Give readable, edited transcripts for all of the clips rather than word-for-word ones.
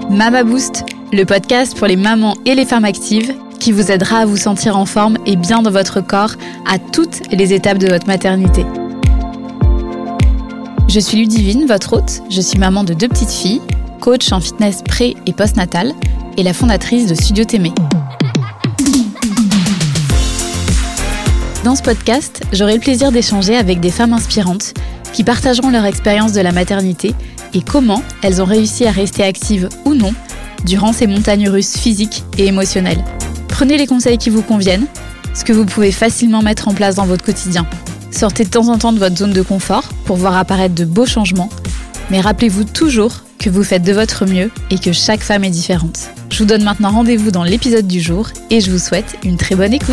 Mama Boost, le podcast pour les mamans et les femmes actives qui vous aidera à vous sentir en forme et bien dans votre corps à toutes les étapes de votre maternité. Je suis Ludivine, votre hôte. Je suis maman de 2 petites filles, coach en fitness pré- et post-natal et la fondatrice de Studio Témé. Dans ce podcast, j'aurai le plaisir d'échanger avec des femmes inspirantes qui partageront leur expérience de la maternité et comment elles ont réussi à rester actives ou non durant ces montagnes russes physiques et émotionnelles. Prenez les conseils qui vous conviennent, ce que vous pouvez facilement mettre en place dans votre quotidien. Sortez de temps en temps de votre zone de confort pour voir apparaître de beaux changements, mais rappelez-vous toujours que vous faites de votre mieux et que chaque femme est différente. Je vous donne maintenant rendez-vous dans l'épisode du jour et je vous souhaite une très bonne écoute.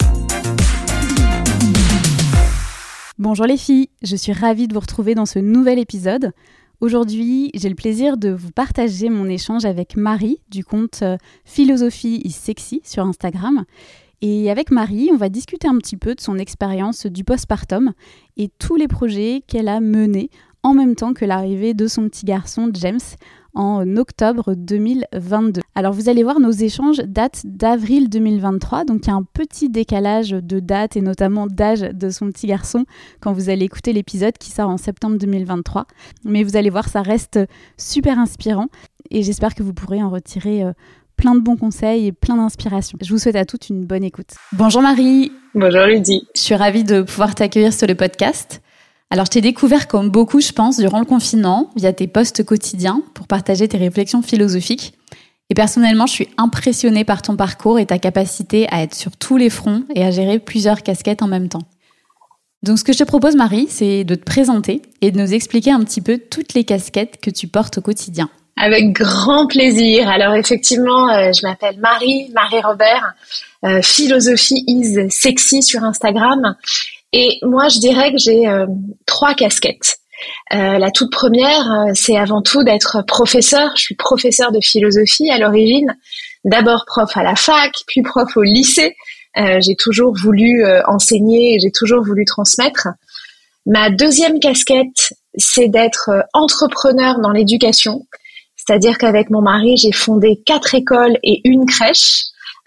Bonjour les filles, je suis ravie de vous retrouver dans ce nouvel épisode. Aujourd'hui, j'ai le plaisir de vous partager mon échange avec Marie du compte Philosophie is Sexy sur Instagram. Et avec Marie, on va discuter un petit peu de son expérience du postpartum et tous les projets qu'elle a menés en même temps que l'arrivée de son petit garçon James en octobre 2022. Alors vous allez voir, nos échanges datent d'avril 2023, donc il y a un petit décalage de date et notamment d'âge de son petit garçon quand vous allez écouter l'épisode qui sort en septembre 2023. Mais vous allez voir, ça reste super inspirant et j'espère que vous pourrez en retirer plein de bons conseils et plein d'inspiration. Je vous souhaite à toutes une bonne écoute. Bonjour Marie. Bonjour Ludie. Je suis ravie de pouvoir t'accueillir sur le podcast. Alors, je t'ai découvert comme beaucoup, je pense, durant le confinement, via tes posts quotidiens pour partager tes réflexions philosophiques. Et personnellement, je suis impressionnée par ton parcours et ta capacité à être sur tous les fronts et à gérer plusieurs casquettes en même temps. Donc, ce que je te propose, Marie, c'est de te présenter et de nous expliquer un petit peu toutes les casquettes que tu portes au quotidien. Avec grand plaisir. Alors, effectivement, je m'appelle Marie Robert, Philosophie is Sexy sur Instagram. Et moi, je dirais que j'ai 3 casquettes. La toute première, c'est avant tout d'être professeur. Je suis professeure de philosophie à l'origine. D'abord prof à la fac, puis prof au lycée. J'ai toujours voulu enseigner et j'ai toujours voulu transmettre. Ma deuxième casquette, c'est d'être entrepreneur dans l'éducation. C'est-à-dire qu'avec mon mari, j'ai fondé 4 écoles et 1 crèche.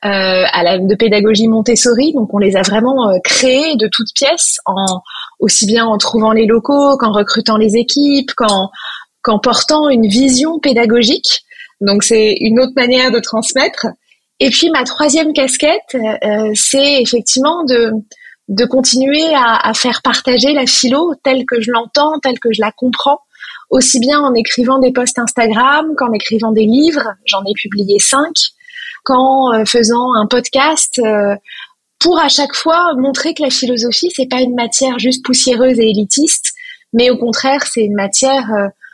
De pédagogie Montessori, donc on les a vraiment créés de toutes pièces, aussi bien en trouvant les locaux qu'en recrutant les équipes, qu'en portant une vision pédagogique. Donc c'est une autre manière de transmettre. Et puis ma 3e casquette, c'est effectivement de continuer à faire partager la philo telle que je l'entends, telle que je la comprends, aussi bien en écrivant des posts Instagram qu'en écrivant des livres. J'en ai publié 5. Qu'en faisant un podcast pour à chaque fois montrer que la philosophie, c'est pas une matière juste poussiéreuse et élitiste, mais au contraire, c'est une matière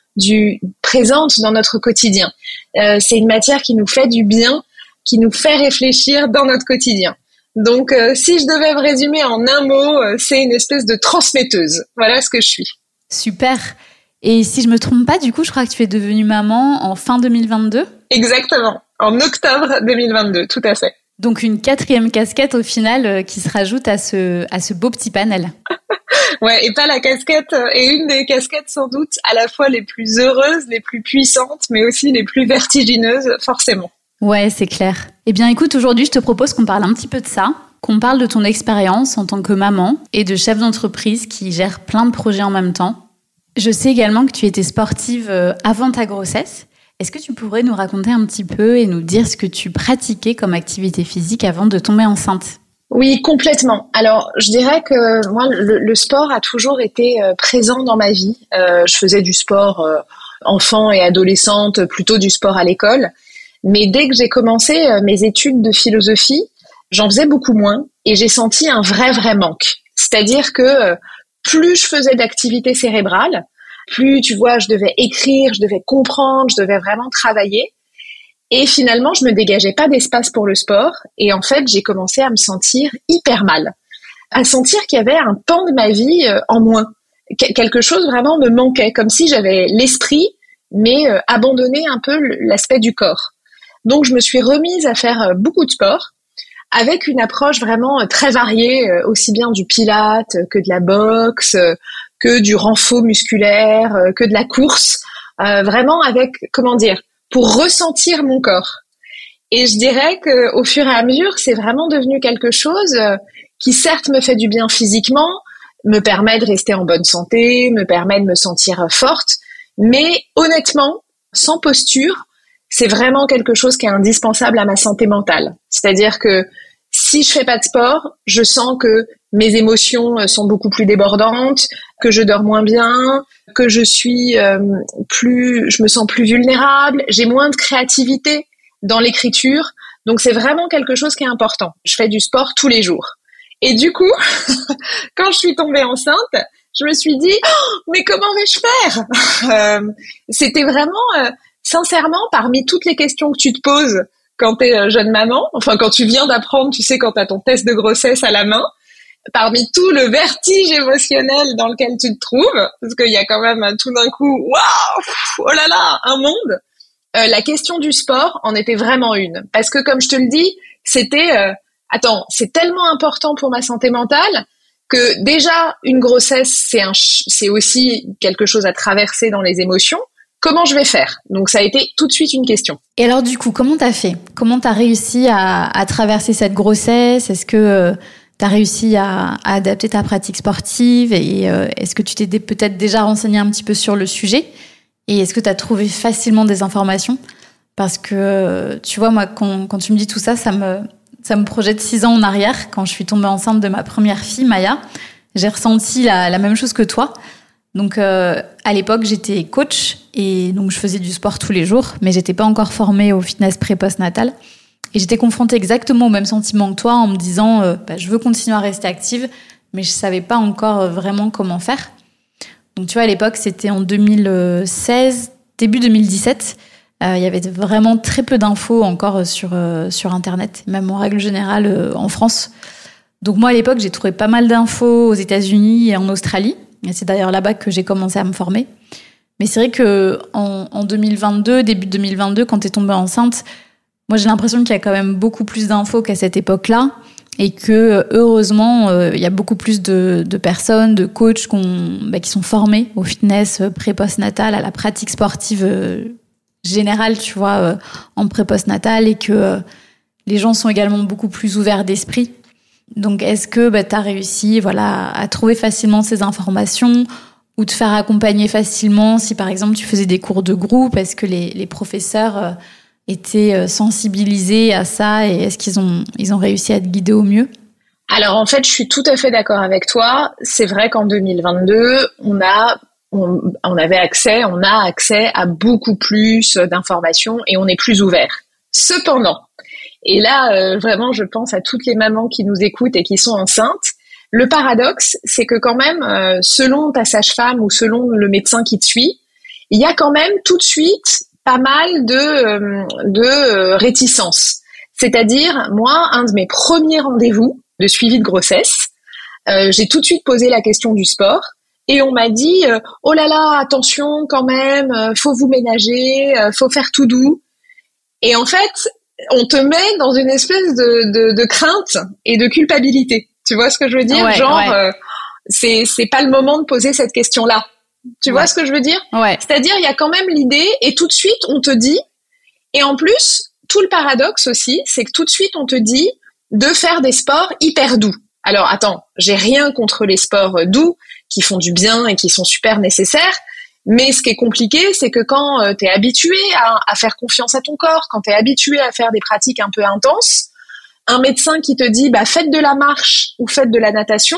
présente dans notre quotidien. C'est une matière qui nous fait du bien, qui nous fait réfléchir dans notre quotidien. Donc, si je devais me résumer en un mot, c'est une espèce de transmetteuse. Voilà ce que je suis. Super. Et si je me trompe pas, du coup, je crois que tu es devenue maman en fin 2022 ? Exactement. En octobre 2022, tout à fait. Donc une 4e casquette au final qui se rajoute à ce beau petit panel. Ouais, et pas la casquette, et une des casquettes sans doute à la fois les plus heureuses, les plus puissantes, mais aussi les plus vertigineuses, forcément. Ouais, c'est clair. Eh bien écoute, aujourd'hui je te propose qu'on parle un petit peu de ça, qu'on parle de ton expérience en tant que maman et de chef d'entreprise qui gère plein de projets en même temps. Je sais également que tu étais sportive avant ta grossesse. Est-ce que tu pourrais nous raconter un petit peu et nous dire ce que tu pratiquais comme activité physique avant de tomber enceinte ? Oui, complètement. Alors, je dirais que moi, le sport a toujours été présent dans ma vie. Je faisais du sport enfant et adolescente, plutôt du sport à l'école. Mais dès que j'ai commencé mes études de philosophie, j'en faisais beaucoup moins et j'ai senti un vrai manque. C'est-à-dire que plus je faisais d'activité cérébrale, plus, tu vois, je devais écrire, je devais comprendre, je devais vraiment travailler. Et finalement, je me dégageais pas d'espace pour le sport. Et en fait, j'ai commencé à me sentir hyper mal. À sentir qu'il y avait un pan de ma vie en moins. Quelque chose vraiment me manquait, comme si j'avais l'esprit, mais abandonné un peu l'aspect du corps. Donc, je me suis remise à faire beaucoup de sport, avec une approche vraiment très variée, aussi bien du pilate que de la boxe, que du renfort musculaire, que de la course, vraiment avec, pour ressentir mon corps. Et je dirais que au fur et à mesure, c'est vraiment devenu quelque chose qui certes me fait du bien physiquement, me permet de rester en bonne santé, me permet de me sentir forte, mais honnêtement, sans posture, c'est vraiment quelque chose qui est indispensable à ma santé mentale. C'est-à-dire que si je fais pas de sport, je sens que mes émotions sont beaucoup plus débordantes, que je dors moins bien, que je me sens plus vulnérable, j'ai moins de créativité dans l'écriture. Donc c'est vraiment quelque chose qui est important. Je fais du sport tous les jours. Et du coup, quand je suis tombée enceinte, je me suis dit mais comment vais-je faire C'était vraiment sincèrement, parmi toutes les questions que tu te poses quand t'es jeune maman, enfin quand tu viens d'apprendre, tu sais, quand t'as ton test de grossesse à la main, parmi tout le vertige émotionnel dans lequel tu te trouves, parce qu'il y a quand même tout d'un coup, waouh, oh là là, un monde. La question du sport en était vraiment une, parce que comme je te le dis, c'était, c'est tellement important pour ma santé mentale que déjà une grossesse, c'est aussi quelque chose à traverser dans les émotions. Comment je vais faire? Donc ça a été tout de suite une question. Et alors du coup, comment t'as fait? Comment t'as réussi à traverser cette grossesse? Est-ce que t'as réussi à adapter ta pratique sportive? Et est-ce que tu t'es peut-être déjà renseigné un petit peu sur le sujet? Et est-ce que t'as trouvé facilement des informations? Parce que tu vois, moi, quand tu me dis tout ça, ça me projette 6 ans en arrière. Quand je suis tombée enceinte de ma première fille, Maya, j'ai ressenti la même chose que toi. Donc à l'époque, j'étais coach et donc je faisais du sport tous les jours, mais j'étais pas encore formée au fitness pré-postnatal. Et j'étais confrontée exactement au même sentiment que toi en me disant je veux continuer à rester active, mais je savais pas encore vraiment comment faire. Donc tu vois, à l'époque, c'était en 2016, début 2017. Il y avait vraiment très peu d'infos encore sur Internet, même en règle générale en France. Donc moi, à l'époque, j'ai trouvé pas mal d'infos aux États-Unis et en Australie. Et c'est d'ailleurs là-bas que j'ai commencé à me former. Mais c'est vrai que en 2022, début 2022, quand t'es tombée enceinte, moi j'ai l'impression qu'il y a quand même beaucoup plus d'infos qu'à cette époque-là, et que heureusement il y a beaucoup plus de personnes, de coachs qui sont formés au fitness pré-postnatal, à la pratique sportive générale, tu vois, en pré-postnatal, et que les gens sont également beaucoup plus ouverts d'esprit. Donc, est-ce que tu as réussi à trouver facilement ces informations ou te faire accompagner facilement si, par exemple, tu faisais des cours de groupe? Est-ce que les professeurs étaient sensibilisés à ça, et est-ce qu'ils ont réussi à te guider au mieux? Alors, en fait, je suis tout à fait d'accord avec toi. C'est vrai qu'en 2022, on a accès à beaucoup plus d'informations et on est plus ouvert. Cependant, et là, vraiment, je pense à toutes les mamans qui nous écoutent et qui sont enceintes. Le paradoxe, c'est que quand même, selon ta sage-femme ou selon le médecin qui te suit, il y a quand même tout de suite pas mal de réticence. C'est-à-dire, moi, un de mes premiers rendez-vous de suivi de grossesse, j'ai tout de suite posé la question du sport et on m'a dit oh là là, attention quand même, faut vous ménager, faut faire tout doux. Et en fait, on te met dans une espèce de crainte et de culpabilité. Tu vois ce que je veux dire? Ouais. C'est pas le moment de poser cette question-là. Tu vois ce que je veux dire? Ouais. C'est-à-dire, il y a quand même l'idée, et tout de suite, on te dit, et en plus, tout le paradoxe aussi, c'est que tout de suite, on te dit de faire des sports hyper doux. Alors, attends, j'ai rien contre les sports doux, qui font du bien et qui sont super nécessaires, mais ce qui est compliqué, c'est que quand tu es habitué à faire confiance à ton corps, quand tu es habitué à faire des pratiques un peu intenses, un médecin qui te dit faites de la marche ou faites de la natation,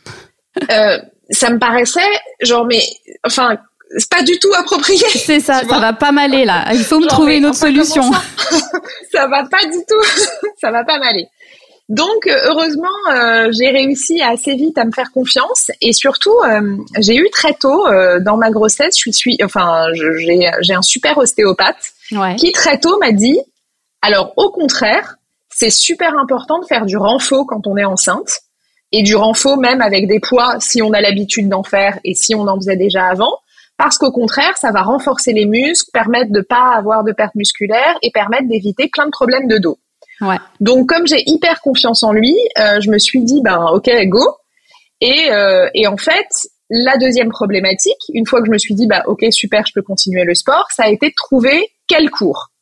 ça me paraissait c'est pas du tout approprié. C'est ça, ça va pas m'aller là. Il faut me trouver une autre solution. Ça va pas du tout, ça va pas m'aller. Donc heureusement, j'ai réussi assez vite à me faire confiance, et surtout j'ai eu très tôt dans ma grossesse, j'ai un super ostéopathe qui très tôt m'a dit alors au contraire, c'est super important de faire du renfo quand on est enceinte, et du renfo même avec des poids si on a l'habitude d'en faire et si on en faisait déjà avant, parce qu'au contraire, ça va renforcer les muscles, permettre de pas avoir de perte musculaire et permettre d'éviter plein de problèmes de dos. Ouais. Donc comme j'ai hyper confiance en lui, je me suis dit ok, go. Et en fait, la deuxième problématique, une fois que je me suis dit ok, super, je peux continuer le sport, ça a été de trouver quel cours.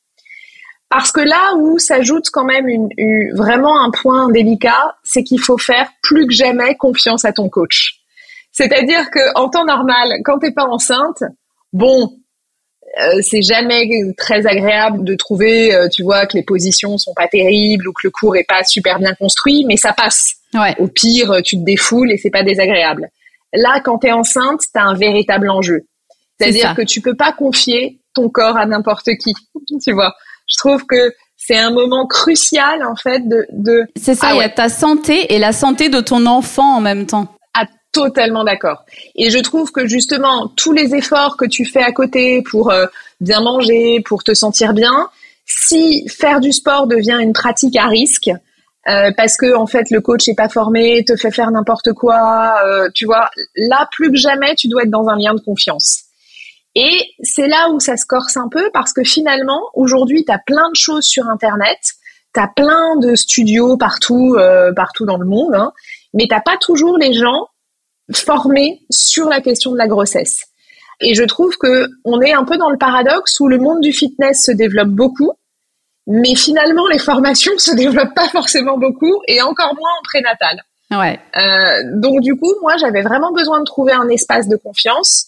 Parce que là où s'ajoute quand même vraiment un point délicat, c'est qu'il faut faire plus que jamais confiance à ton coach. C'est-à-dire que en temps normal, quand t'es pas enceinte, bon, c'est jamais très agréable de trouver, tu vois, que les positions sont pas terribles ou que le cours est pas super bien construit, mais ça passe. Ouais. Au pire, tu te défoules et c'est pas désagréable. Là, quand t'es enceinte, t'as un véritable enjeu. C'est-à-dire que tu peux pas confier ton corps à n'importe qui, tu vois. Je trouve que c'est un moment crucial, en fait, de... C'est ça, il y a ta santé et la santé de ton enfant en même temps. Totalement d'accord. Et je trouve que justement, tous les efforts que tu fais à côté pour bien manger, pour te sentir bien, si faire du sport devient une pratique à risque, parce que en fait le coach est pas formé, te fait faire n'importe quoi, tu vois, là plus que jamais, tu dois être dans un lien de confiance. Et c'est là où ça se corse un peu, parce que finalement, aujourd'hui, tu as plein de choses sur Internet, tu as plein de studios partout dans le monde, hein, mais t'as pas toujours les gens formés sur la question de la grossesse. Et je trouve que on est un peu dans le paradoxe où le monde du fitness se développe beaucoup, mais finalement les formations se développent pas forcément beaucoup et encore moins en prénatal. Ouais. Donc du coup, moi j'avais vraiment besoin de trouver un espace de confiance.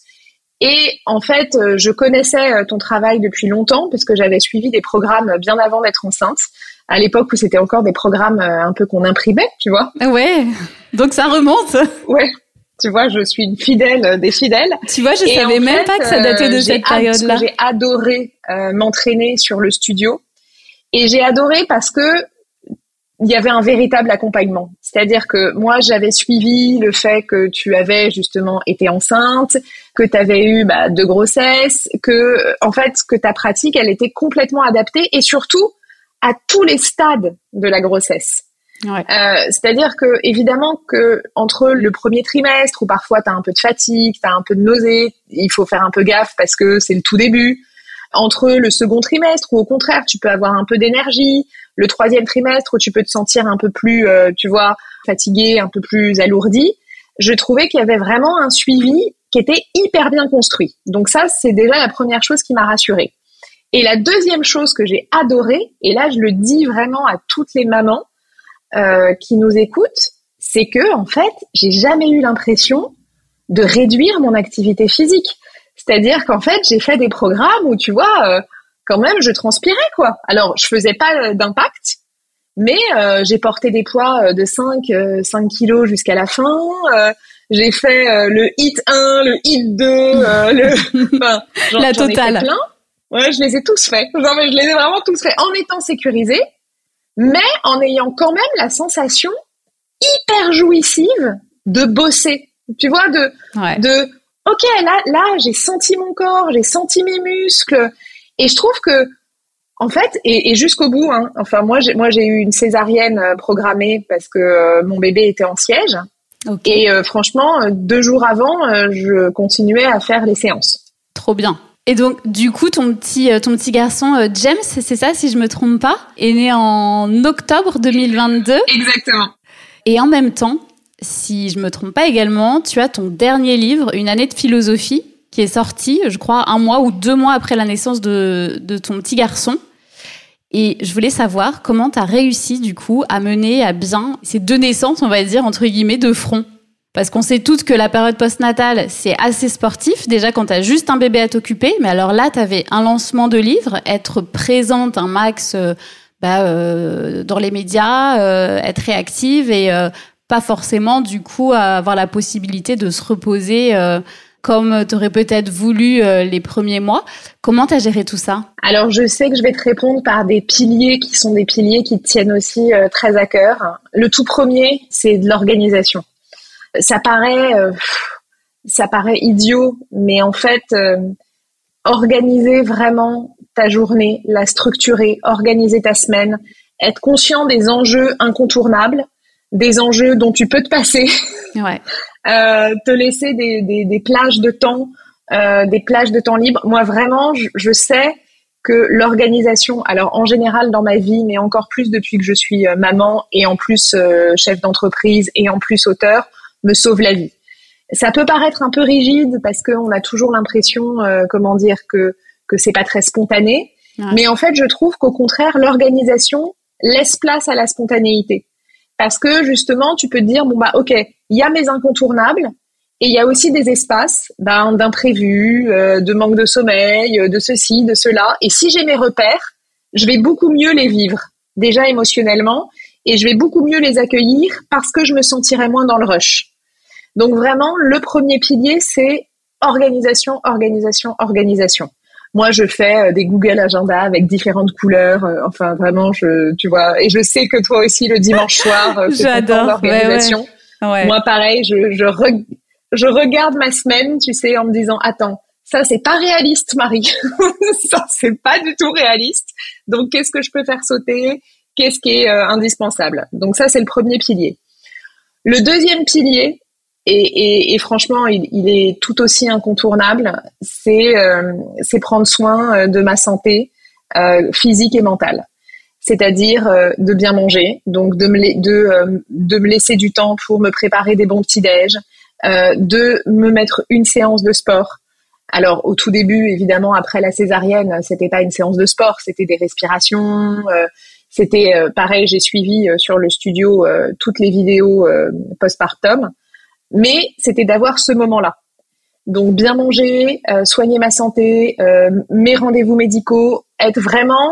Et en fait, je connaissais ton travail depuis longtemps parce que j'avais suivi des programmes bien avant d'être enceinte. À l'époque où c'était encore des programmes un peu qu'on imprimait, tu vois. Ouais. Donc ça remonte. Ouais. Tu vois, je suis une fidèle des fidèles. Tu vois, je savais même pas que ça datait de cette période-là. J'ai adoré m'entraîner sur le studio. Et j'ai adoré parce que il y avait un véritable accompagnement. C'est-à-dire que moi, j'avais suivi le fait que tu avais justement été enceinte, que tu avais eu de grossesse, que en fait, que ta pratique, elle était complètement adaptée et surtout à tous les stades de la grossesse. Ouais. C'est-à-dire que évidemment que entre le premier trimestre où parfois t'as un peu de fatigue, t'as un peu de nausée, il faut faire un peu gaffe parce que c'est le tout début. Entre le second trimestre où au contraire tu peux avoir un peu d'énergie, le troisième trimestre où tu peux te sentir un peu plus, tu vois, fatigué, un peu plus alourdi. Je trouvais qu'il y avait vraiment un suivi qui était hyper bien construit. Donc ça, c'est déjà la première chose qui m'a rassurée. Et la deuxième chose que j'ai adorée, et là je le dis vraiment à toutes les mamans qui nous écoutent, c'est que en fait, j'ai jamais eu l'impression de réduire mon activité physique. C'est-à-dire qu'en fait, j'ai fait des programmes où, tu vois, quand même, je transpirais, quoi. Alors, je faisais pas d'impact, mais j'ai porté des poids de 5 kilos jusqu'à la fin. J'ai fait le hit 1, le hit 2, la totale. J'en ai fait plein. Ouais, je les ai tous faits. Genre, mais je les ai vraiment tous faits en étant sécurisée, mais en ayant quand même la sensation hyper jouissive de bosser. Tu vois, ok, là, j'ai senti mon corps, j'ai senti mes muscles, et je trouve que, en fait, et jusqu'au bout, hein. Enfin, moi, j'ai eu une césarienne programmée parce que mon bébé était en siège, okay. Et franchement, 2 jours avant, je continuais à faire les séances. Trop bien. Et donc, du coup, ton petit garçon, James, c'est ça, si je me trompe pas, est né en octobre 2022. Exactement. Et en même temps, si je me trompe pas également, tu as ton dernier livre, Une année de philosophie, qui est sorti, je crois, 1 mois ou 2 mois après la naissance de ton petit garçon. Et je voulais savoir comment tu as réussi, du coup, à mener à bien ces 2 naissances, on va dire, entre guillemets, de front. Parce qu'on sait toutes que la période postnatale, c'est assez sportif, déjà quand tu as juste un bébé à t'occuper. Mais alors là, tu avais un lancement de livre, être présente un max dans les médias, être réactive et pas forcément, du coup, avoir la possibilité de se reposer comme tu aurais peut-être voulu les premiers mois. Comment tu as géré tout ça ? Alors, je sais que je vais te répondre par des piliers qui sont des piliers qui te tiennent aussi très à cœur. Le tout premier, c'est de l'organisation. Ça paraît idiot, mais en fait, organiser vraiment ta journée, la structurer, organiser ta semaine, être conscient des enjeux incontournables, des enjeux dont tu peux te passer, ouais. Te laisser des plages de temps, des plages de temps libre. Moi, vraiment, je sais que l'organisation, alors en général dans ma vie, mais encore plus depuis que je suis maman et en plus chef d'entreprise et en plus auteur, me sauve la vie. Ça peut paraître un peu rigide parce qu'on a toujours l'impression, que c'est pas très spontané. Ouais. Mais en fait, je trouve qu'au contraire, l'organisation laisse place à la spontanéité. Parce que justement, tu peux te dire, bon bah ok, il y a mes incontournables et il y a aussi des espaces d'imprévus, de manque de sommeil, de ceci, de cela. Et si j'ai mes repères, je vais beaucoup mieux les vivre, déjà émotionnellement, et je vais beaucoup mieux les accueillir parce que je me sentirai moins dans le rush. Donc vraiment, le premier pilier, c'est organisation, organisation, organisation. Moi, je fais des Google Agenda avec différentes couleurs. Enfin, vraiment, tu vois. Et je sais que toi aussi, le dimanche soir, c'est ton temps d'organisation. Ouais. Moi, pareil, je regarde ma semaine, tu sais, en me disant, attends, ça, c'est pas réaliste, Marie. Ça, c'est pas du tout réaliste. Donc, qu'est-ce que je peux faire sauter? Qu'est-ce qui est indispensable? Donc, ça, c'est le premier pilier. Le deuxième pilier, et franchement, il est tout aussi incontournable, c'est prendre soin de ma santé physique et mentale. C'est-à-dire de bien manger, donc de me laisser du temps pour me préparer des bons petits-déj, de me mettre une séance de sport. Alors au tout début, évidemment, après la césarienne, c'était pas une séance de sport, c'était des respirations. C'était pareil, j'ai suivi sur le studio toutes les vidéos postpartum. Mais c'était d'avoir ce moment-là. Donc bien manger, soigner ma santé, mes rendez-vous médicaux, être vraiment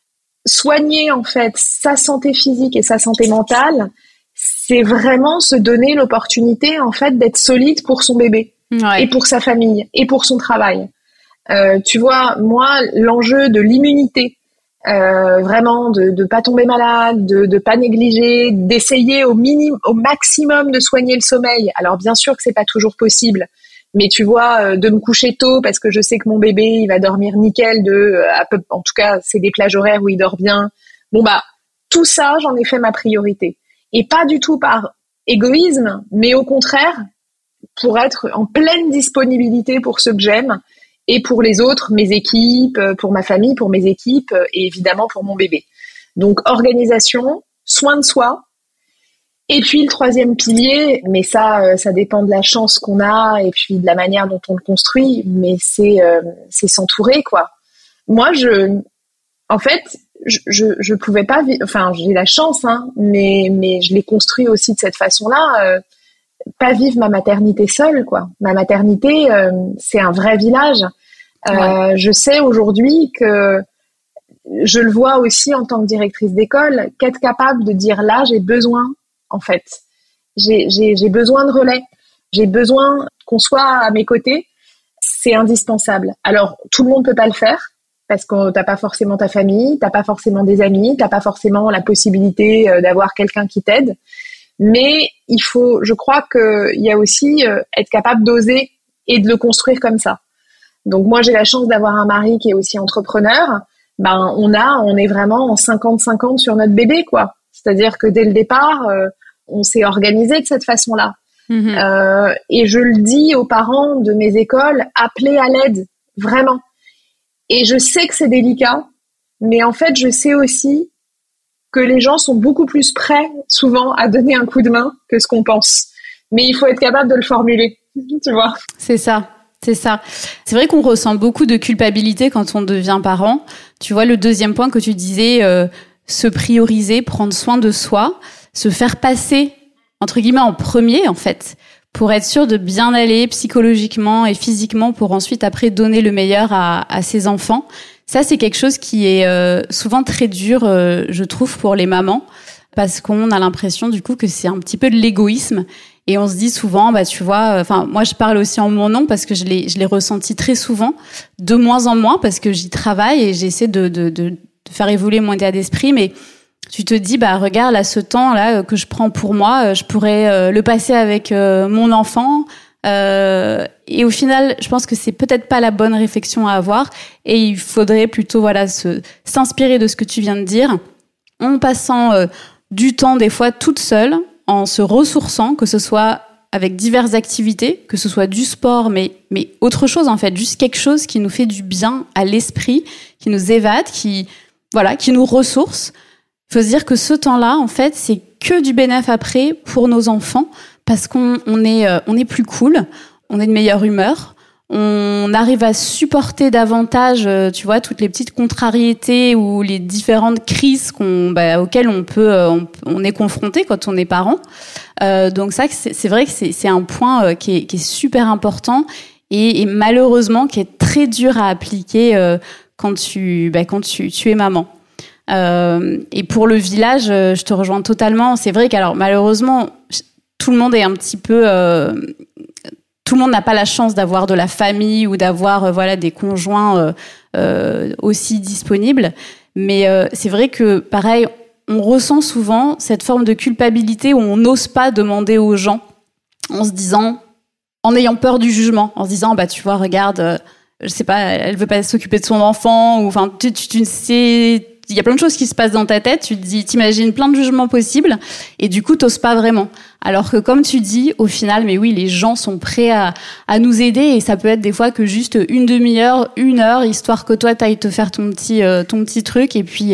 soigner en fait sa santé physique et sa santé mentale, c'est vraiment se donner l'opportunité en fait d'être solide pour son bébé et pour sa famille et pour son travail. Tu vois, moi l'enjeu de l'immunité, vraiment de pas tomber malade, de pas négliger, d'essayer au maximum de soigner le sommeil. Alors bien sûr que c'est pas toujours possible, mais tu vois, de me coucher tôt parce que je sais que mon bébé il va dormir nickel, en tout cas c'est des plages horaires où il dort bien. Bon bah tout ça j'en ai fait ma priorité et pas du tout par égoïsme, mais au contraire pour être en pleine disponibilité pour ceux que j'aime. Et pour les autres, mes équipes, pour ma famille, pour mes équipes et évidemment pour mon bébé. Donc organisation, soin de soi. Et puis le troisième pilier, mais ça dépend de la chance qu'on a et puis de la manière dont on le construit, mais c'est s'entourer quoi. Moi en fait, je pouvais pas enfin j'ai la chance mais je l'ai construit aussi de cette façon-là. Pas vivre ma maternité seule quoi. Ma maternité c'est un vrai village. Je sais aujourd'hui que je le vois aussi en tant que directrice d'école, qu'être capable de dire là j'ai besoin en fait. J'ai besoin de relais. J'ai besoin qu'on soit à mes côtés. C'est indispensable. Alors tout le monde peut pas le faire parce que t'as pas forcément ta famille, t'as pas forcément des amis, t'as pas forcément la possibilité d'avoir quelqu'un qui t'aide. Mais je crois qu'il y a aussi être capable d'oser et de le construire comme ça. Donc moi j'ai la chance d'avoir un mari qui est aussi entrepreneur. On est vraiment en 50-50 sur notre bébé quoi. C'est-à-dire que dès le départ, on s'est organisé de cette façon-là. Mmh. Et je le dis aux parents de mes écoles, appelez à l'aide, vraiment. Et je sais que c'est délicat, mais en fait je sais aussi que les gens sont beaucoup plus prêts souvent à donner un coup de main que ce qu'on pense. Mais il faut être capable de le formuler, tu vois. C'est ça. C'est vrai qu'on ressent beaucoup de culpabilité quand on devient parent. Tu vois, le deuxième point que tu disais, se prioriser, prendre soin de soi, se faire passer, entre guillemets, en premier, en fait, pour être sûr de bien aller psychologiquement et physiquement pour ensuite, après, donner le meilleur à ses enfants. Ça, c'est quelque chose qui est souvent très dur, je trouve, pour les mamans, parce qu'on a l'impression, du coup, que c'est un petit peu de l'égoïsme. Et on se dit souvent, tu vois, moi je parle aussi en mon nom parce que je l'ai ressenti très souvent, de moins en moins parce que j'y travaille et j'essaie de faire évoluer mon état d'esprit. Mais tu te dis, regarde, là, ce temps-là que je prends pour moi, je pourrais le passer avec mon enfant. Et au final, je pense que c'est peut-être pas la bonne réflexion à avoir. Et il faudrait plutôt, s'inspirer de ce que tu viens de dire, en passant du temps des fois toute seule, en se ressourçant, que ce soit avec diverses activités, que ce soit du sport, mais autre chose en fait, juste quelque chose qui nous fait du bien à l'esprit, qui nous évade, qui nous ressource. Il faut se dire que ce temps-là, en fait, c'est que du bénéfice après pour nos enfants, parce qu'on est plus cool, on est de meilleure humeur, on arrive à supporter davantage, tu vois, toutes les petites contrariétés ou les différentes crises auxquelles on est confronté quand on est parent. Donc ça, c'est vrai que c'est un point qui est super important et malheureusement qui est très dur à appliquer quand tu es maman. Et pour le village, je te rejoins totalement. C'est vrai qu'alors malheureusement, tout le monde est un petit peu tout le monde n'a pas la chance d'avoir de la famille ou d'avoir des conjoints aussi disponibles. Mais c'est vrai que, pareil, on ressent souvent cette forme de culpabilité où on n'ose pas demander aux gens en ayant peur du jugement, en se disant, tu vois, regarde, je sais pas, elle veut pas s'occuper de son enfant, ou enfin, tu sais, il y a plein de choses qui se passent dans ta tête, tu te dis, t'imagines plein de jugements possibles, et du coup, t'oses pas vraiment. Alors que comme tu dis, au final, mais oui, les gens sont prêts à nous aider, et ça peut être des fois que juste une demi-heure, 1 heure, histoire que toi, t'ailles te faire ton petit truc, et puis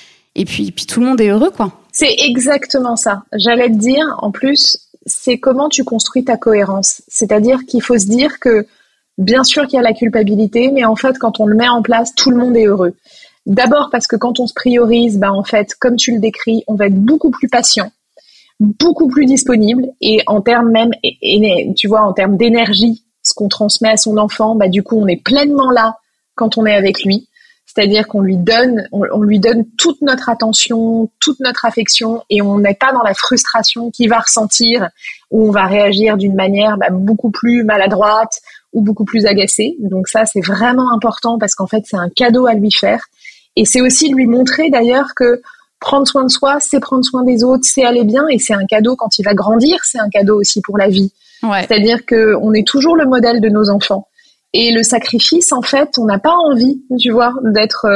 tout le monde est heureux, quoi. C'est exactement ça. J'allais te dire, en plus, c'est comment tu construis ta cohérence. C'est-à-dire qu'il faut se dire que, bien sûr qu'il y a la culpabilité, mais en fait, quand on le met en place, tout le monde est heureux. D'abord parce que quand on se priorise, en fait, comme tu le décris, on va être beaucoup plus patient, beaucoup plus disponible, et en termes même, tu vois, en termes d'énergie, ce qu'on transmet à son enfant, du coup, on est pleinement là quand on est avec lui. C'est-à-dire qu'on lui donne toute notre attention, toute notre affection, et on n'est pas dans la frustration qu'il va ressentir, où on va réagir d'une manière beaucoup plus maladroite ou beaucoup plus agacée. Donc ça, c'est vraiment important parce qu'en fait, c'est un cadeau à lui faire. Et c'est aussi lui montrer d'ailleurs que prendre soin de soi, c'est prendre soin des autres, c'est aller bien, et c'est un cadeau quand il va grandir, c'est un cadeau aussi pour la vie. Ouais. C'est-à-dire que on est toujours le modèle de nos enfants. Et le sacrifice, en fait, on n'a pas envie, tu vois, d'être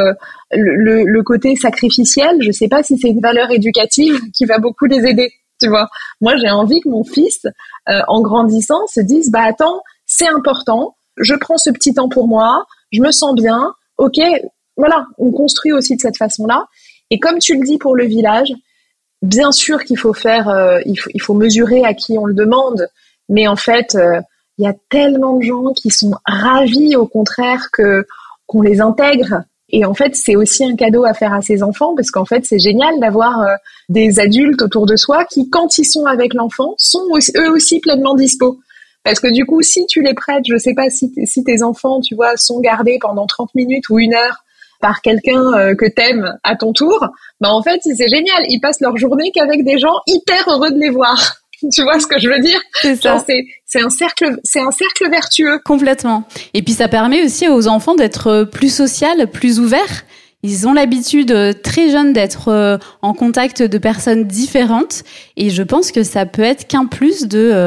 le côté sacrificiel. Je sais pas si c'est une valeur éducative qui va beaucoup les aider, tu vois. Moi, j'ai envie que mon fils, en grandissant, se dise, attends, c'est important, je prends ce petit temps pour moi, je me sens bien, ok. Voilà, on construit aussi de cette façon-là. Et comme tu le dis pour le village, bien sûr qu'il faut il faut mesurer à qui on le demande. Mais en fait, il y a tellement de gens qui sont ravis, au contraire, qu'on les intègre. Et en fait, c'est aussi un cadeau à faire à ses enfants, parce qu'en fait, c'est génial d'avoir des adultes autour de soi qui, quand ils sont avec l'enfant, sont eux aussi pleinement dispo. Parce que du coup, si tu les prêtes, je sais pas si tes enfants, tu vois, sont gardés pendant 30 minutes ou 1 heure par quelqu'un que t'aimes à ton tour, en fait, c'est génial. Ils passent leur journée qu'avec des gens hyper heureux de les voir. Tu vois ce que je veux dire? C'est ça. C'est un cercle vertueux. Complètement. Et puis ça permet aussi aux enfants d'être plus social, plus ouverts. Ils ont l'habitude très jeunes d'être en contact de personnes différentes, et je pense que ça peut être qu'un plus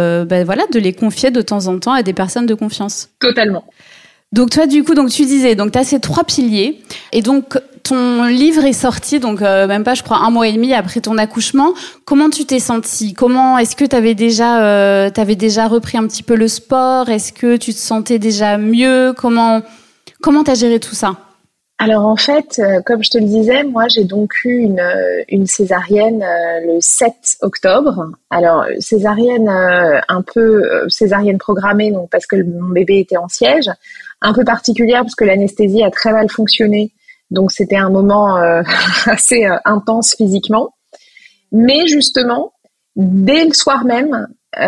de les confier de temps en temps à des personnes de confiance. Totalement. Donc toi, du coup, tu disais, tu as ces 3 piliers, et donc ton livre est sorti, même pas, je crois, 1 mois et demi après ton accouchement. Comment tu t'es sentie? Est-ce que t'avais déjà repris un petit peu le sport? Est-ce que tu te sentais déjà mieux? Comment t'as géré tout ça? Alors en fait, comme je te le disais, moi j'ai donc eu une césarienne le 7 octobre. Alors césarienne césarienne programmée, donc parce que mon bébé était en siège, un peu particulière parce que l'anesthésie a très mal fonctionné. Donc c'était un moment assez intense physiquement. Mais justement, dès le soir même,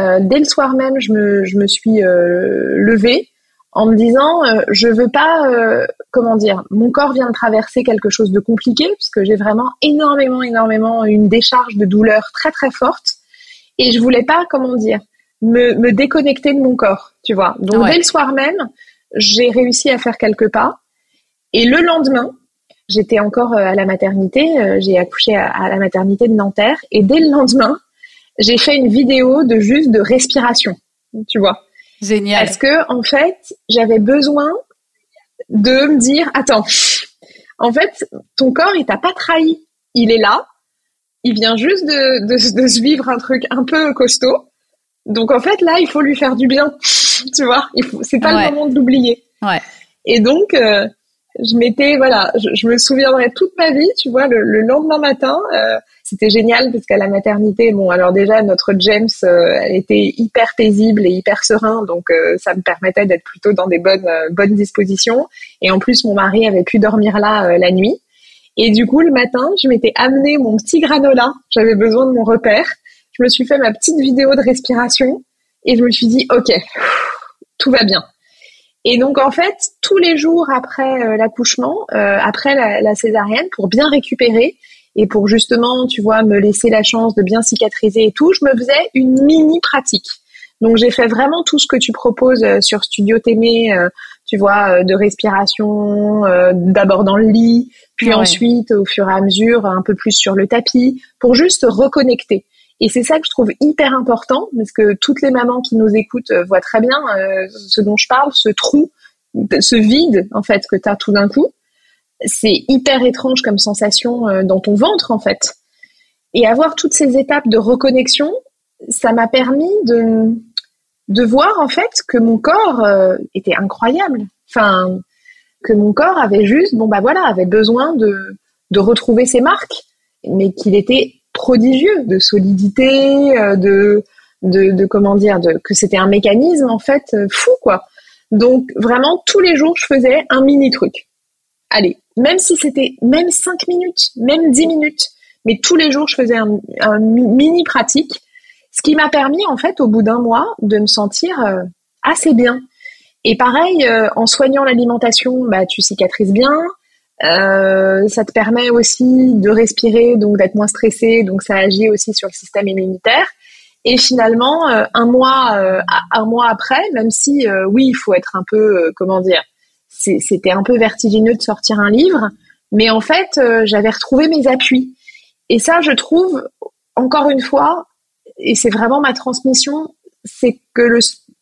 je me suis levée en me disant je veux pas mon corps vient de traverser quelque chose de compliqué, puisque j'ai vraiment énormément une décharge de douleur très très forte, et je voulais pas me déconnecter de mon corps, tu vois. Donc dès le soir même, j'ai réussi à faire quelques pas, et le lendemain, j'étais encore à la maternité, j'ai accouché à la maternité de Nanterre, et dès le lendemain, j'ai fait une vidéo de respiration, tu vois. Génial. Parce que, en fait, j'avais besoin de me dire, attends, en fait, ton corps, il t'a pas trahi. Il est là. Il vient juste de se vivre un truc un peu costaud. Donc, en fait, là, il faut lui faire du bien. Tu vois, c'est pas le moment de l'oublier. Ouais. Et donc, je me souviendrai toute ma vie, tu vois, le lendemain matin, c'était génial parce qu'à la maternité, bon, alors déjà, notre James, elle était hyper paisible et hyper serein, donc ça me permettait d'être plutôt dans des bonnes dispositions. Et en plus, mon mari avait pu dormir là la nuit. Et du coup, le matin, je m'étais amené mon petit granola, j'avais besoin de mon repère. Je me suis fait ma petite vidéo de respiration et je me suis dit, ok, tout va bien. Et donc, en fait, tous les jours après l'accouchement, après la césarienne, pour bien récupérer et pour justement, tu vois, me laisser la chance de bien cicatriser et tout, je me faisais une mini pratique. Donc, j'ai fait vraiment tout ce que tu proposes sur Studio Témé, tu vois, de respiration, d'abord dans le lit, puis ensuite, au fur et à mesure, un peu plus sur le tapis, pour juste reconnecter. Et c'est ça que je trouve hyper important, parce que toutes les mamans qui nous écoutent voient très bien ce dont je parle, ce trou, ce vide, en fait, que tu as tout d'un coup. C'est hyper étrange comme sensation dans ton ventre, en fait. Et avoir toutes ces étapes de reconnexion, ça m'a permis de voir, en fait, que mon corps était incroyable. Enfin, que mon corps avait juste, avait besoin de retrouver ses marques, mais qu'il était prodigieux de solidité, que c'était un mécanisme en fait fou quoi. Donc vraiment tous les jours je faisais un mini truc. Allez, même si c'était même 5 minutes, même 10 minutes, mais tous les jours je faisais un mini pratique, ce qui m'a permis en fait au bout d'un mois de me sentir assez bien. Et pareil, en soignant l'alimentation, tu cicatrises bien. Ça te permet aussi de respirer, donc d'être moins stressé, donc ça agit aussi sur le système immunitaire. Et finalement, un mois après, même si oui, il faut être un peu, c'était un peu vertigineux de sortir un livre, mais en fait, j'avais retrouvé mes appuis. Et ça, je trouve, encore une fois, et c'est vraiment ma transmission, c'est que le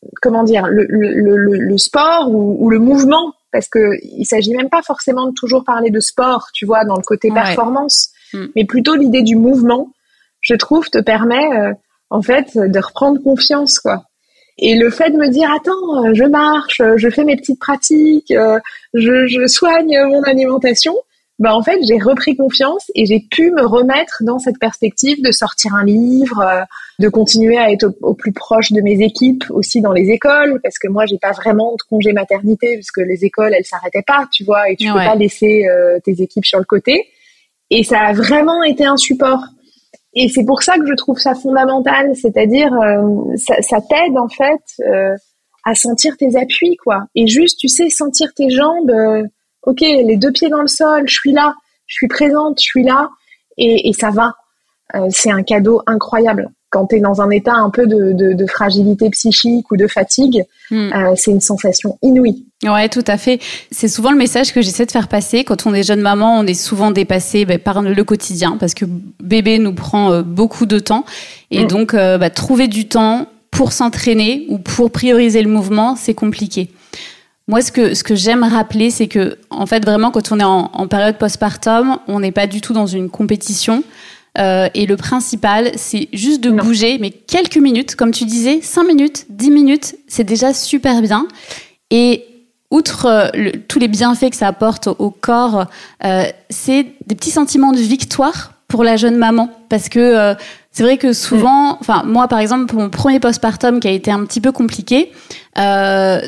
sport ou le mouvement, parce que il s'agit même pas forcément de toujours parler de sport, tu vois, dans le côté performance, mais plutôt l'idée du mouvement, je trouve, te permet en fait de reprendre confiance, quoi. Et le fait de me dire, attends, je marche, je fais mes petites pratiques, je soigne mon alimentation, en fait, j'ai repris confiance et j'ai pu me remettre dans cette perspective de sortir un livre, de continuer à être au plus proche de mes équipes aussi dans les écoles, parce que moi, j'ai pas vraiment de congé maternité, parce que les écoles, elles s'arrêtaient pas, tu vois, et tu peux pas laisser tes équipes sur le côté. Et ça a vraiment été un support. Et c'est pour ça que je trouve ça fondamental, c'est-à-dire, ça t'aide, en fait, à sentir tes appuis, quoi. Et juste, tu sais, sentir tes jambes, ok, les 2 pieds dans le sol, je suis là, je suis présente, je suis là, et ça va. C'est un cadeau incroyable. Quand tu es dans un état un peu de fragilité psychique ou de fatigue, c'est une sensation inouïe. Ouais, tout à fait. C'est souvent le message que j'essaie de faire passer. Quand on est jeune maman, on est souvent dépassé par le quotidien parce que bébé nous prend beaucoup de temps. Et donc, trouver du temps pour s'entraîner ou pour prioriser le mouvement, c'est compliqué. Moi, ce que j'aime rappeler, c'est que, en fait, vraiment, quand on est en période postpartum, on n'est pas du tout dans une compétition. Et le principal, c'est juste de bouger, mais quelques minutes, comme tu disais, 5 minutes, 10 minutes, c'est déjà super bien. Et outre tous les bienfaits que ça apporte au corps, c'est des petits sentiments de victoire pour la jeune maman. Parce que c'est vrai que souvent, moi, par exemple, pour mon premier postpartum qui a été un petit peu compliqué, le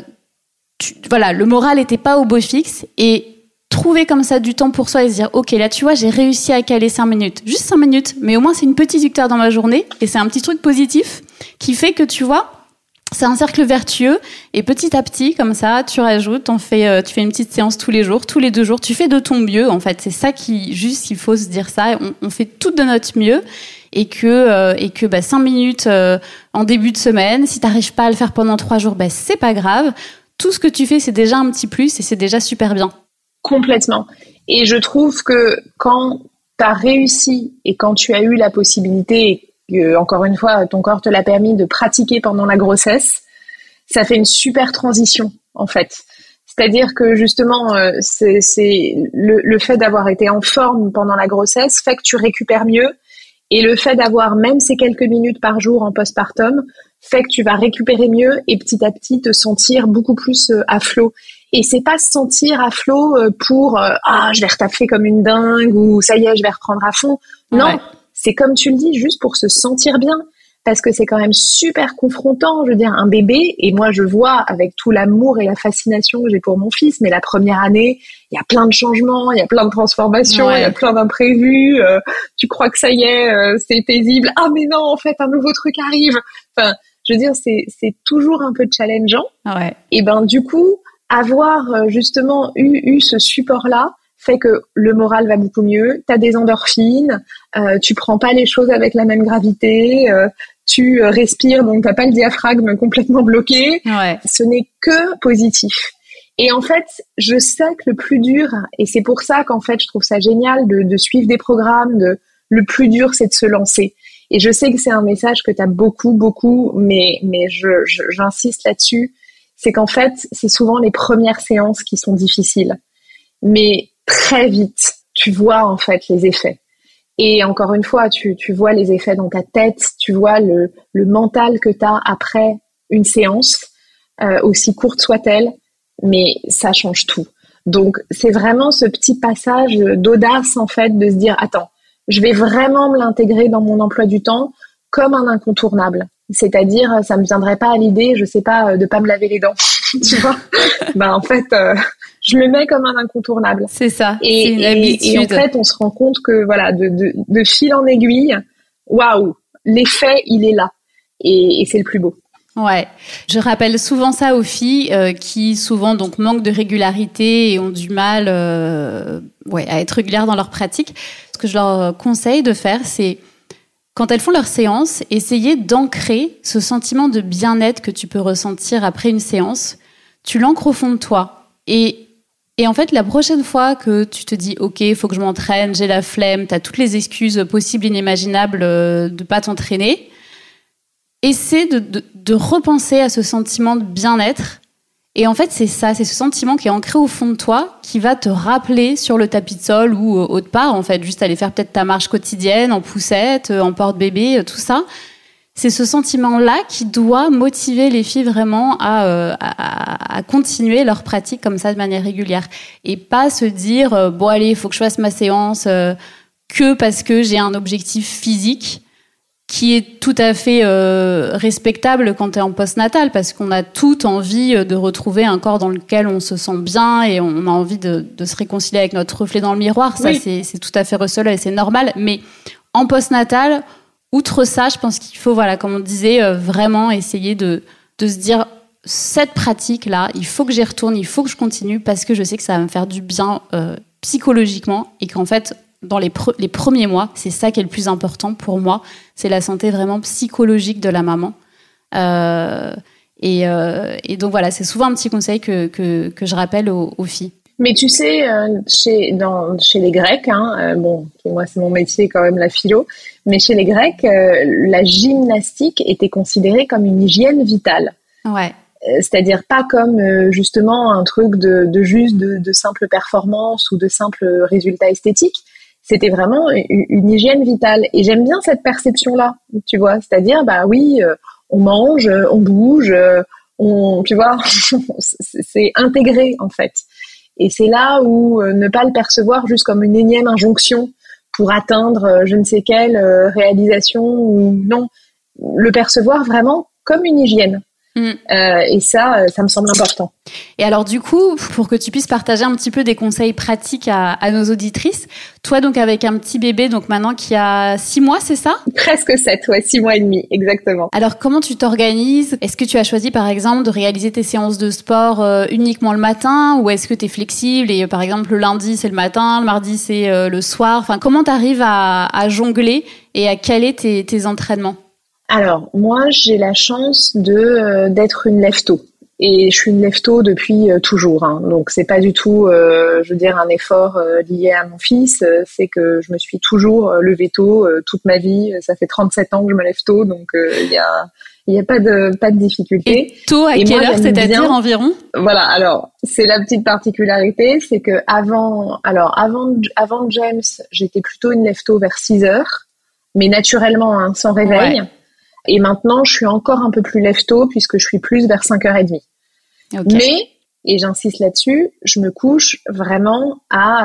moral n'était pas au beau fixe et trouver comme ça du temps pour soi et se dire ok, là tu vois, j'ai réussi à caler 5 minutes, juste 5 minutes, mais au moins c'est une petite victoire dans ma journée et c'est un petit truc positif qui fait que tu vois, c'est un cercle vertueux et petit à petit comme ça tu rajoutes, tu fais une petite séance tous les jours, tous les 2 jours, tu fais de ton mieux en fait, c'est ça il faut se dire ça, on fait tout de notre mieux et que 5 minutes en début de semaine, si t'arrives pas à le faire pendant 3 jours, c'est pas grave, tout ce que tu fais c'est déjà un petit plus et c'est déjà super bien. Complètement. Et je trouve que quand tu as réussi et quand tu as eu la possibilité, et que, encore une fois, ton corps te l'a permis de pratiquer pendant la grossesse, ça fait une super transition, en fait. C'est-à-dire que justement, c'est le fait d'avoir été en forme pendant la grossesse fait que tu récupères mieux. Et le fait d'avoir même ces quelques minutes par jour en postpartum fait que tu vas récupérer mieux et petit à petit te sentir beaucoup plus à flot. Et c'est pas se sentir à flot pour je vais retaffer comme une dingue ou ça y est, je vais reprendre à fond. Non, c'est comme tu le dis, juste pour se sentir bien. Parce que c'est quand même super confrontant, je veux dire, un bébé, et moi je vois avec tout l'amour et la fascination que j'ai pour mon fils, mais la première année, il y a plein de changements, il y a plein de transformations, il y a plein d'imprévus, tu crois que ça y est, c'est paisible, ah mais non, en fait, un nouveau truc arrive. Enfin, je veux dire, c'est toujours un peu challengeant. Et du coup, avoir justement eu ce support-là, fait que le moral va beaucoup mieux, t'as des endorphines, tu prends pas les choses avec la même gravité, tu respires, donc t'as pas le diaphragme complètement bloqué. Ce n'est que positif. Et en fait, je sais que le plus dur, et c'est pour ça qu'en fait je trouve ça génial de suivre des programmes, le plus dur c'est de se lancer. Et je sais que c'est un message que t'as beaucoup, mais j'insiste là-dessus, c'est qu'en fait c'est souvent les premières séances qui sont difficiles. Mais très vite, tu vois en fait les effets. Et encore une fois, tu vois les effets dans ta tête, tu vois le mental que tu as après une séance, aussi courte soit-elle, mais ça change tout. Donc, c'est vraiment ce petit passage d'audace en fait, de se dire, attends, je vais vraiment me l'intégrer dans mon emploi du temps comme un incontournable. C'est-à-dire, ça me viendrait pas à l'idée, je sais pas, de pas me laver les dents, tu vois. En fait, je le mets comme un incontournable. C'est ça, c'est une habitude. Et en fait, on se rend compte que voilà, de fil en aiguille, waouh, l'effet, il est là. Et c'est le plus beau. Ouais, je rappelle souvent ça aux filles qui souvent donc manquent de régularité et ont du mal à être régulières dans leur pratique. Ce que je leur conseille de faire, c'est quand elles font leur séance, essayer d'ancrer ce sentiment de bien-être que tu peux ressentir après une séance. Tu l'ancres au fond de toi. Et en fait, la prochaine fois que tu te dis « Ok, il faut que je m'entraîne, j'ai la flemme », tu as toutes les excuses possibles, inimaginables de ne pas t'entraîner, essaie de repenser à ce sentiment de bien-être. Et en fait, c'est ça, c'est ce sentiment qui est ancré au fond de toi qui va te rappeler sur le tapis de sol ou autre part, en fait, juste aller faire peut-être ta marche quotidienne en poussette, en porte-bébé, tout ça. C'est ce sentiment-là qui doit motiver les filles vraiment à continuer leur pratique comme ça de manière régulière. Et pas se dire, bon allez, il faut que je fasse ma séance que parce que j'ai un objectif physique qui est tout à fait respectable quand tu es en postnatal, parce qu'on a toute envie de retrouver un corps dans lequel on se sent bien et on a envie de se réconcilier avec notre reflet dans le miroir. Ça, c'est tout à fait recevable et c'est normal. Mais en postnatal, outre ça, je pense qu'il faut, voilà, comme on disait, vraiment essayer de se dire, cette pratique-là, il faut que j'y retourne, il faut que je continue, parce que je sais que ça va me faire du bien psychologiquement, et qu'en fait, dans les premiers mois, c'est ça qui est le plus important pour moi, c'est la santé vraiment psychologique de la maman. Et donc voilà, c'est souvent un petit conseil que je rappelle aux filles. Mais tu sais, chez les Grecs, moi c'est mon métier quand même, la philo, mais chez les Grecs, la gymnastique était considérée comme une hygiène vitale. Ouais. C'est-à-dire pas comme justement un truc de simple performance ou de simple résultat esthétique. C'était vraiment une hygiène vitale. Et j'aime bien cette perception-là, tu vois. C'est-à-dire, on mange, on bouge, tu vois, c'est intégré en fait. Et c'est là où ne pas le percevoir juste comme une énième injonction pour atteindre je ne sais quelle réalisation ou non, le percevoir vraiment comme une hygiène. Et ça me semble important. Et alors du coup, pour que tu puisses partager un petit peu des conseils pratiques à nos auditrices, toi donc avec un petit bébé donc maintenant qui a 6 mois, c'est ça ? Presque 7, 6 mois et demi, exactement. Alors comment tu t'organises ? Est-ce que tu as choisi par exemple de réaliser tes séances de sport uniquement le matin, ou est-ce que tu es flexible et par exemple le lundi c'est le matin, le mardi c'est le soir ? Enfin, comment tu arrives à jongler et à caler tes entraînements ? Alors, moi, j'ai la chance d'être une lève-tôt. Et je suis une lève-tôt depuis toujours. Hein. Donc, c'est pas du tout, un effort lié à mon fils. C'est que je me suis toujours levée tôt toute ma vie. Ça fait 37 ans que je me lève tôt. Donc, il y a pas de difficulté. Et tôt, à quelle heure, c'est-à-dire environ ? Voilà. Alors, c'est la petite particularité. C'est que avant James, j'étais plutôt une lève-tôt vers 6 heures. Mais naturellement, hein, sans réveil. Ouais. Et maintenant, je suis encore un peu plus lève-tôt puisque je suis plus vers 5h30. Okay. Mais et j'insiste là-dessus, je me couche vraiment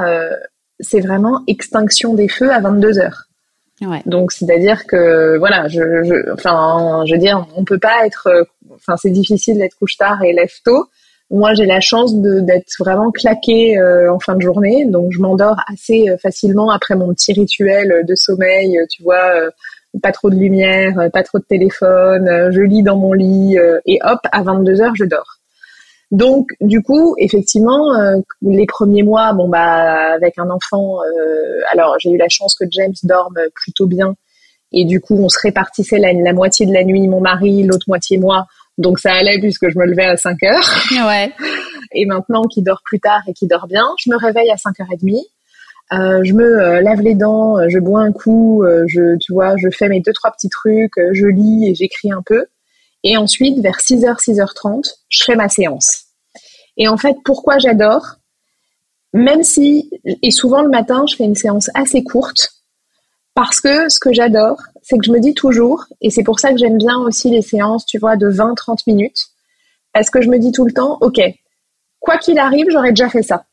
c'est vraiment extinction des feux à 22h. Ouais. Donc, c'est-à-dire que, voilà, je veux dire, on peut pas c'est difficile d'être couche-tard et lève-tôt. Moi, j'ai la chance d'être vraiment claquée en fin de journée, donc je m'endors assez facilement après mon petit rituel de sommeil, tu vois, pas trop de lumière, pas trop de téléphone, je lis dans mon lit et hop, à 22h, je dors. Donc, du coup, effectivement, les premiers mois, avec un enfant, alors j'ai eu la chance que James dorme plutôt bien, et du coup, on se répartissait la moitié de la nuit, mon mari, l'autre moitié moi, donc ça allait puisque je me levais à 5h. Ouais. Et maintenant qu'il dort plus tard et qu'il dort bien, je me réveille à 5h30. Je me lave les dents, je bois un coup, je fais mes 2-3 petits trucs, je lis et j'écris un peu. Et ensuite, vers 6h, 6h30, je fais ma séance. Et en fait, pourquoi j'adore? Même si, et souvent le matin, je fais une séance assez courte, parce que ce que j'adore, c'est que je me dis toujours, et c'est pour ça que j'aime bien aussi les séances, tu vois, de 20-30 minutes, parce que je me dis tout le temps, ok, quoi qu'il arrive, j'aurais déjà fait ça.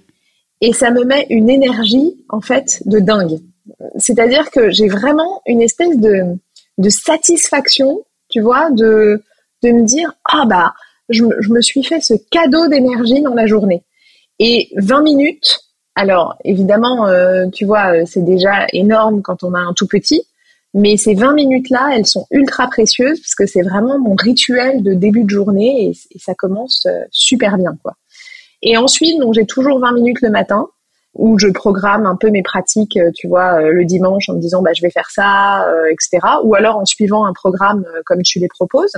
Et ça me met une énergie, en fait, de dingue. C'est-à-dire que j'ai vraiment une espèce de satisfaction, tu vois, de me dire, je me suis fait ce cadeau d'énergie dans la journée. Et 20 minutes, alors évidemment, tu vois, c'est déjà énorme quand on a un tout petit, mais ces 20 minutes-là, elles sont ultra précieuses parce que c'est vraiment mon rituel de début de journée et ça commence super bien, quoi. Et ensuite, donc j'ai toujours 20 minutes le matin où je programme un peu mes pratiques, tu vois, le dimanche en me disant je vais faire ça, etc. Ou alors en suivant un programme comme tu les proposes.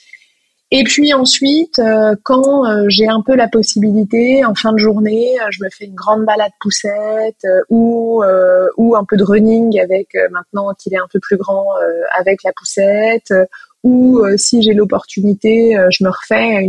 Et puis ensuite, quand j'ai un peu la possibilité, en fin de journée, je me fais une grande balade poussette ou un peu de running avec, maintenant qu'il est un peu plus grand, avec la poussette. Ou si j'ai l'opportunité, je me refais